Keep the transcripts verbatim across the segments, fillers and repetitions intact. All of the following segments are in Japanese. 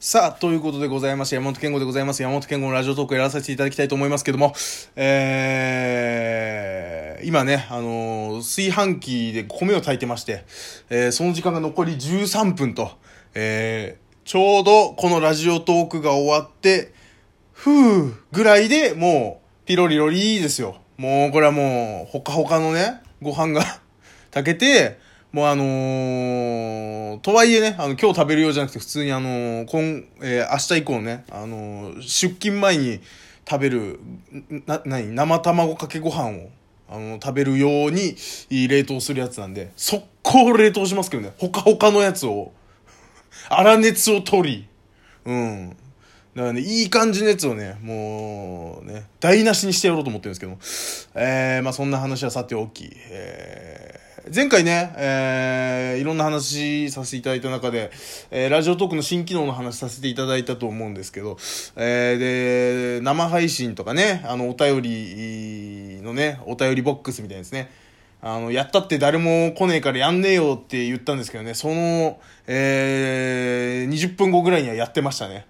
さあ、ということでございまして、山本健吾でございます。山本健吾のラジオトークをやらさせていただきたいと思いますけども、えー、今ね、あのー、炊飯器で米を炊いてまして、えー、その時間が残りじゅうさんぷんと、えー、ちょうどこのラジオトークが終わって、ふーぐらいでもう、ピロリロリーですよ。もう、これはもう、ほかほかのね、ご飯が炊けて、もうあのー、とはいえね、あの、今日食べるようじゃなくて、普通にあのー、今、えー、明日以降ね、あのー、出勤前に食べる、な、なに、生卵かけご飯を、あのー、食べるように冷凍するやつなんで、速攻冷凍しますけどね、ほかほかのやつを、粗熱を取り、うん。だからね、いい感じのやつをね、もう、ね、台無しにしてやろうと思ってるんですけど、えー、まあそんな話はさておき、えー、前回ね、えー、いろんな話させていただいた中で、えー、ラジオトークの新機能の話させていただいたと思うんですけど、えー、で、生配信とかね、あの、お便りのね、お便りボックスみたいですね。あの、やったって誰も来ねえからやんねえよって言ったんですけどね、その、えー、にじゅっぷんごぐらいにはやってましたね。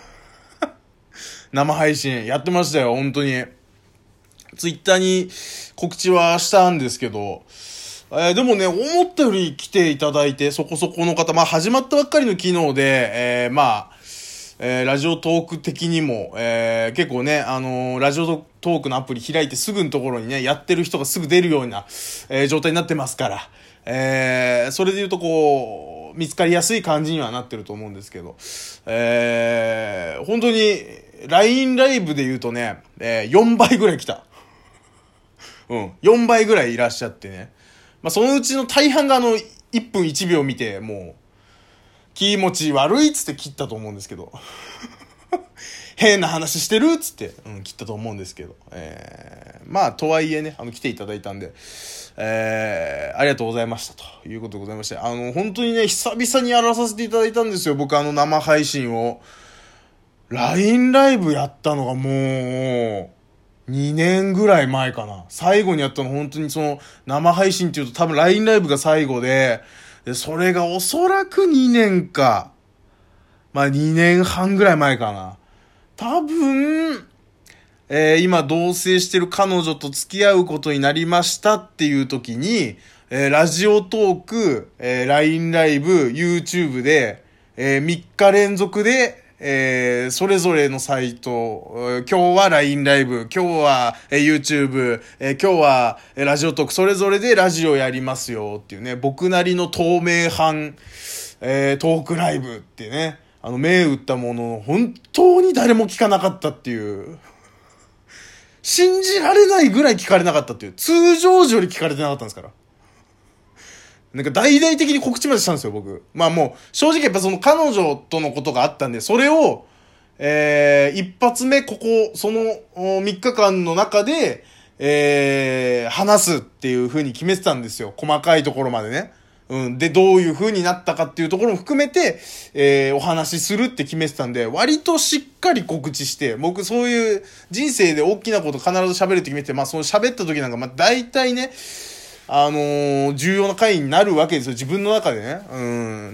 生配信やってましたよ、本当に。ツイッターに告知はしたんですけど、えー、でもね、思ったより来ていただいて、そこそこの方、まあ始まったばっかりの機能で、えー、まあ、えー、ラジオトーク的にも、えー、結構ね、あのー、ラジオトークのアプリ開いてすぐのところにね、やってる人がすぐ出るような、えー、状態になってますから、えー、それで言うとこう、見つかりやすい感じにはなってると思うんですけど、えー、本当に、ライン ライブで言うとね、えー、よんばいぐらい来た。うん。よんばいぐらいいらっしゃってね。まあ、そのうちの大半があの、いっぷんいちびょう見て、もう、気持ち悪いっつって切ったと思うんですけど。変な話してるっつって、うん、切ったと思うんですけど。えー、まあ、とはいえね、あの、来ていただいたんで、えー、ありがとうございましたということでございまして、あの、本当にね、久々にやらさせていただいたんですよ。僕あの、生配信を。ライン ライブやったのがもう、にねんぐらい前かな。最後にやったの本当にその生配信っていうと多分 ライン ライブが最後で、で、それがおそらくにねんか。まあにねんはんぐらい前かな。多分、えー、今同棲してる彼女と付き合うことになりましたっていう時に、えー、ラジオトーク、えー、ライン ライブ、YouTube で、えー、みっか連続で、えー、それぞれのサイト、今日は ライン ライブ、今日は、えー、YouTube、えー、今日は、えー、ラジオトーク、それぞれでラジオやりますよっていうね、僕なりの透明版、えー、トークライブってね、あの、銘打ったものの、本当に誰も聞かなかったっていう、信じられないぐらい聞かれなかったっていう、通常時より聞かれてなかったんですから。なんか大々的に告知までしたんですよ、僕。まあもう、正直やっぱその彼女とのことがあったんで、それを、えー、一発目、ここ、そのみっかかんの中で、えー、話すっていう風に決めてたんですよ。細かいところまでね。うん。で、どういう風になったかっていうところも含めて、えー、お話しするって決めてたんで、割としっかり告知して、僕そういう人生で大きなこと必ず喋るって決めて、まあその喋った時なんか、まあ大体ね、あのー、重要な回になるわけですよ、自分の中でね。うん。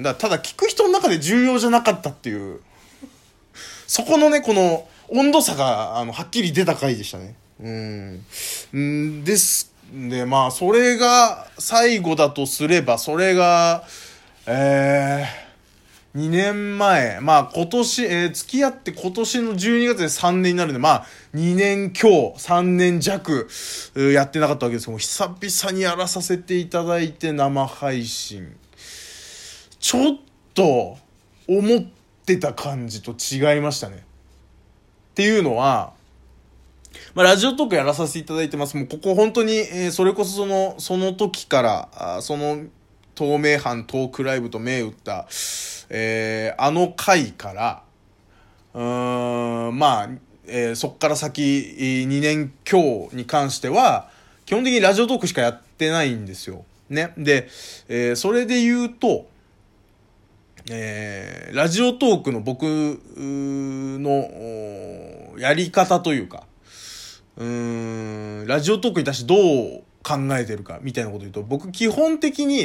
だただ聞く人の中で重要じゃなかったっていう。そこのね、この温度差が、あの、はっきり出た回でしたね。うん。んです。で、まあ、それが最後だとすれば、それが、えー、にねんまえ、まあ今年、えー、付き合って今年のじゅうにがつでさんねんになるんで、まあにねん強、さんねん弱、やってなかったわけですけども、久々にやらさせていただいて生配信。ちょっと、思ってた感じと違いましたね。っていうのは、まあ、ラジオトークやらさせていただいてます。もうここ本当に、えー、それこそその、その時から、あその、透明版トークライブと銘打った、えー、あの回から、うーん、まあ、えー、そっから先、にねん強に関しては、基本的にラジオトークしかやってないんですよ。ね。で、えー、それで言うと、えー、ラジオトークの僕のやり方というか、うーん、ラジオトークに対してどう考えてるかみたいなこと言うと、僕基本的に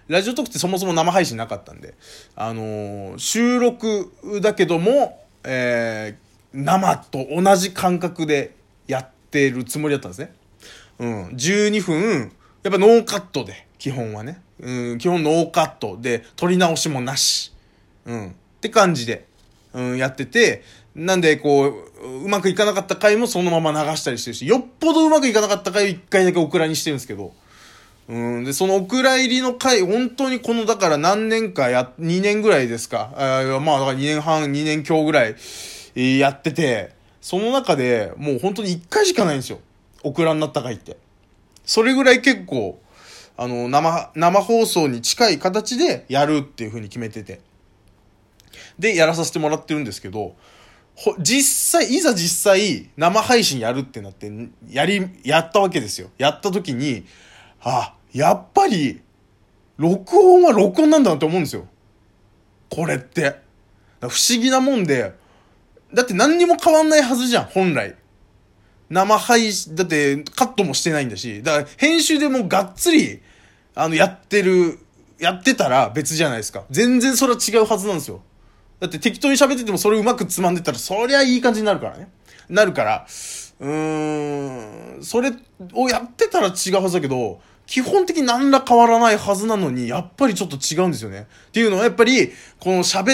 ラジオトークってそもそも生配信なかったんで、あのー、収録だけども、えー、生と同じ感覚でやってるつもりだったんですね。うん。じゅうにふん、やっぱノーカットで、基本はね。うん、基本ノーカットで、撮り直しもなし。うん。って感じで、うん、やってて、なんで、こう、うまくいかなかった回もそのまま流したりしてるし、よっぽどうまくいかなかった回をいっかいだけオクラにしてるんですけど、うん、で、そのオクラ入りの回、本当にこの、だから何年かや、にねんぐらいですか。あまあ、だからにねんはん、にねん強ぐらい、えー、やってて、その中でもう本当にいっかいしかないんですよ。オクラになった回って。それぐらい結構、あの、生、生放送に近い形でやるっていう風に決めてて。で、やらさせてもらってるんですけど、ほ、実際、いざ実際、生配信やるってなって、やり、やったわけですよ。やった時に、あ、やっぱり、録音は録音なんだなって思うんですよ。これって。不思議なもんで、だって何にも変わんないはずじゃん、本来。生配信、だってカットもしてないんだし、だから編集でもうがっつり、あの、やってる、やってたら別じゃないですか。全然それは違うはずなんですよ。だって適当に喋っててもそれうまくつまんでたら、そりゃいい感じになるからね。なるから、うーん、それをやってたら違うはずだけど、基本的に何ら変わらないはずなのに、やっぱりちょっと違うんですよね。っていうのはやっぱり、この喋って、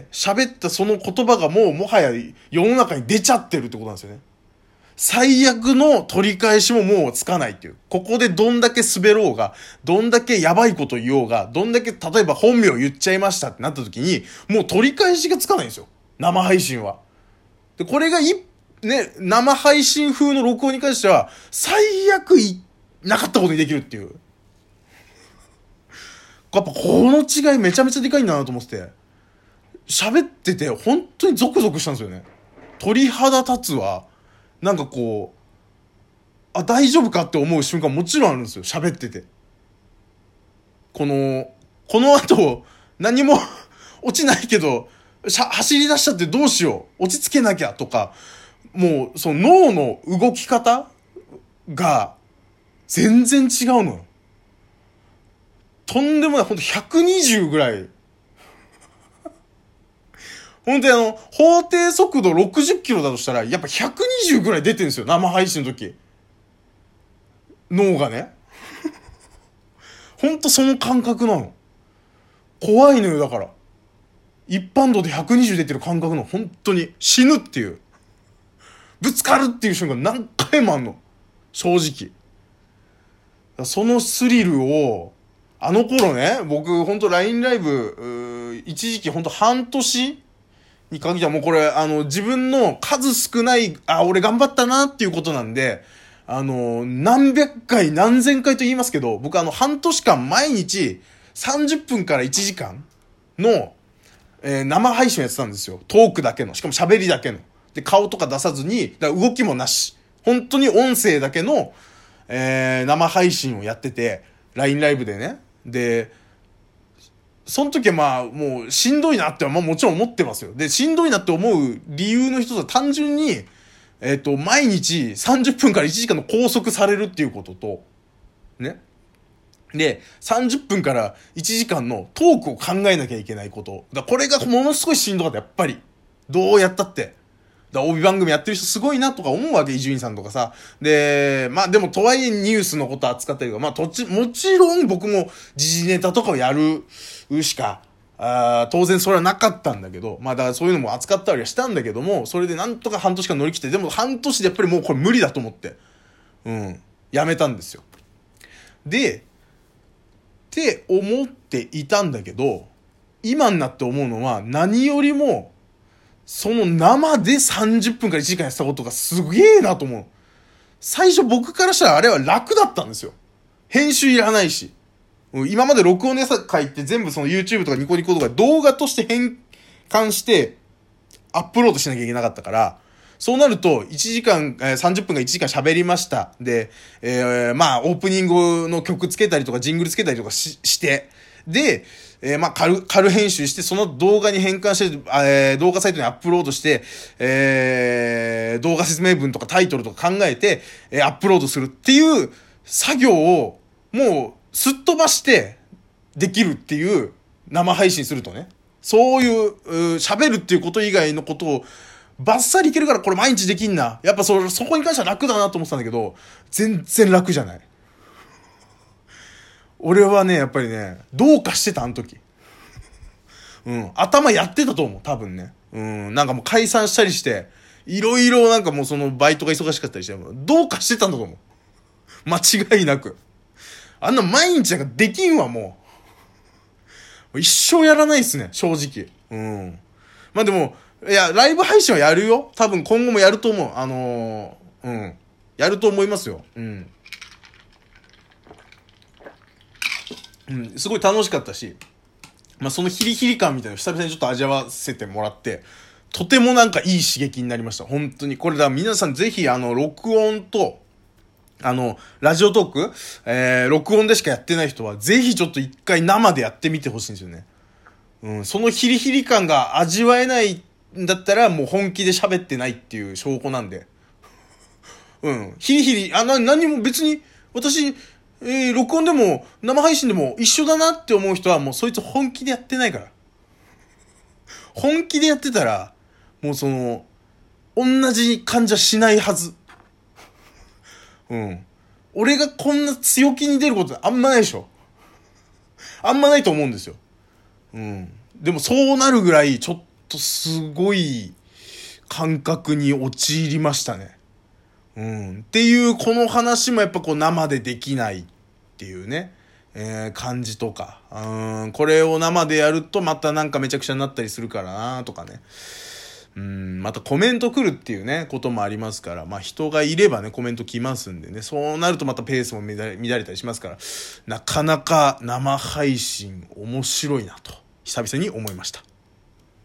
喋ったその言葉がもうもはや世の中に出ちゃってるってことなんですよね。最悪の取り返しももうつかないっていう。ここでどんだけ滑ろうが、どんだけやばいこと言おうが、どんだけ例えば本名言っちゃいましたってなった時に、もう取り返しがつかないんですよ。生配信は。で、これがい、ね、生配信風の録音に関しては、最悪い、なかったことにできるっていう。やっぱこの違いめちゃめちゃでかいんだなと思ってて。喋ってて本当にゾクゾクしたんですよね。鳥肌立つわ。なんかこう、あ、大丈夫かって思う瞬間もちろんあるんですよ。喋ってて。この、この後、何も落ちないけど、しゃ、走り出しちゃってどうしよう。落ち着けなきゃとか、もう、その脳の動き方が、全然違うのよ。とんでもない、ほんとひゃくにじゅうぐらい。ほんとにあの、法定速度ろくじゅっキロだとしたら、やっぱひゃくにじゅうぐらい出てるんですよ。生配信の時。脳がね。ほんとその感覚なの。怖いのよ、だから。一般道でひゃくにじゅう出てる感覚の、本当に死ぬっていう。ぶつかるっていう瞬間何回もあんの。正直。そのスリルを、あの頃ね、僕ほんと ライン ライブ、一時期ほんと半年に限ってはもうこれ、あの、自分の数少ない、あ、俺頑張ったなっていうことなんで、あの、何百回何千回と言いますけど、僕あの、半年間毎日さんじゅっぷんからいちじかんの、えー、生配信をやってたんですよ。トークだけの。しかも喋りだけの。で、顔とか出さずに、だから動きもなし。本当に音声だけの、えー、生配信をやってて、ライン ライブでね。で、その時はまあ、もう、しんどいなっては、まあもちろん思ってますよ。で、しんどいなって思う理由の一つは単純に、えっと、毎日さんじゅっぷんからいちじかんの拘束されるっていうことと、ね。で、さんじゅっぷんからいちじかんのトークを考えなきゃいけないこと。だこれがものすごいしんどかった、やっぱり。どうやったって。だ帯番組やってる人すごいなとか思うわけ、伊集院さんとかさ。で、まあでもとはいえニュースのこと扱ったりとか、まあとち、もちろん僕も時事ネタとかをやるしか、あ当然それはなかったんだけど、まあだからそういうのも扱ったりはしたんだけども、それでなんとか半年間乗り切って、でも半年でやっぱりもうこれ無理だと思って、うん、やめたんですよ。で、って思っていたんだけど、今になって思うのは何よりも、その生でさんじゅっぷんからいちじかんやってたことがすげえなと思う。最初僕からしたらあれは楽だったんですよ。編集いらないし。今まで録音でさ書いて全部その YouTube とかニコニコとか動画として変換してアップロードしなきゃいけなかったから、そうなるといちじかん、えー、さんじゅっぷんがいちじかん喋りました。で、えー、まあオープニングの曲つけたりとかジングルつけたりとか し, して、で、えー、まあ軽、軽編集してその動画に変換して、えー、動画サイトにアップロードして、えー、動画説明文とかタイトルとか考えて、えー、アップロードするっていう作業をもうすっ飛ばしてできるっていう生配信するとね。そういう、喋るっていうこと以外のことをバッサリいけるからこれ毎日できんな。やっぱそ、そこに関しては楽だなと思ってたんだけど、全然楽じゃない。俺はね、やっぱりね、どうかしてた、あの時。うん。頭やってたと思う、多分ね。うん。なんかもう解散したりして、いろいろなんかもうそのバイトが忙しかったりして、どうかしてたんだと思う。間違いなく。あんな毎日なんかできんわ、もう。一生やらないっすね、正直。うん。まあでも、いや、ライブ配信はやるよ。多分今後もやると思う。あのー、うん。やると思いますよ。うん。うん、すごい楽しかったし、まあそのヒリヒリ感みたいなの久々にちょっと味わわせてもらって、とてもなんかいい刺激になりました。本当に。これだ、皆さんぜひあの、録音と、あの、ラジオトーク、えー、録音でしかやってない人は、ぜひちょっと一回生でやってみてほしいんですよね。うん、そのヒリヒリ感が味わえないんだったら、もう本気で喋ってないっていう証拠なんで。うん。ヒリヒリ、あ、な、何も別に、私、えー、録音でも、生配信でも一緒だなって思う人は、もうそいつ本気でやってないから。本気でやってたら、もうその、同じ感じはしないはず。うん。俺がこんな強気に出ることあんまないでしょ。あんまないと思うんですよ。うん。でもそうなるぐらい、ちょっとすごい感覚に陥りましたね。うん。っていう、この話もやっぱこう生でできないっていうね、えー、感じとか。うん。これを生でやるとまたなんかめちゃくちゃになったりするからなとかね。うん。またコメント来るっていうね、こともありますから。まあ人がいればね、コメント来ますんでね。そうなるとまたペースも乱れ、乱れたりしますから。なかなか生配信面白いなと、久々に思いました。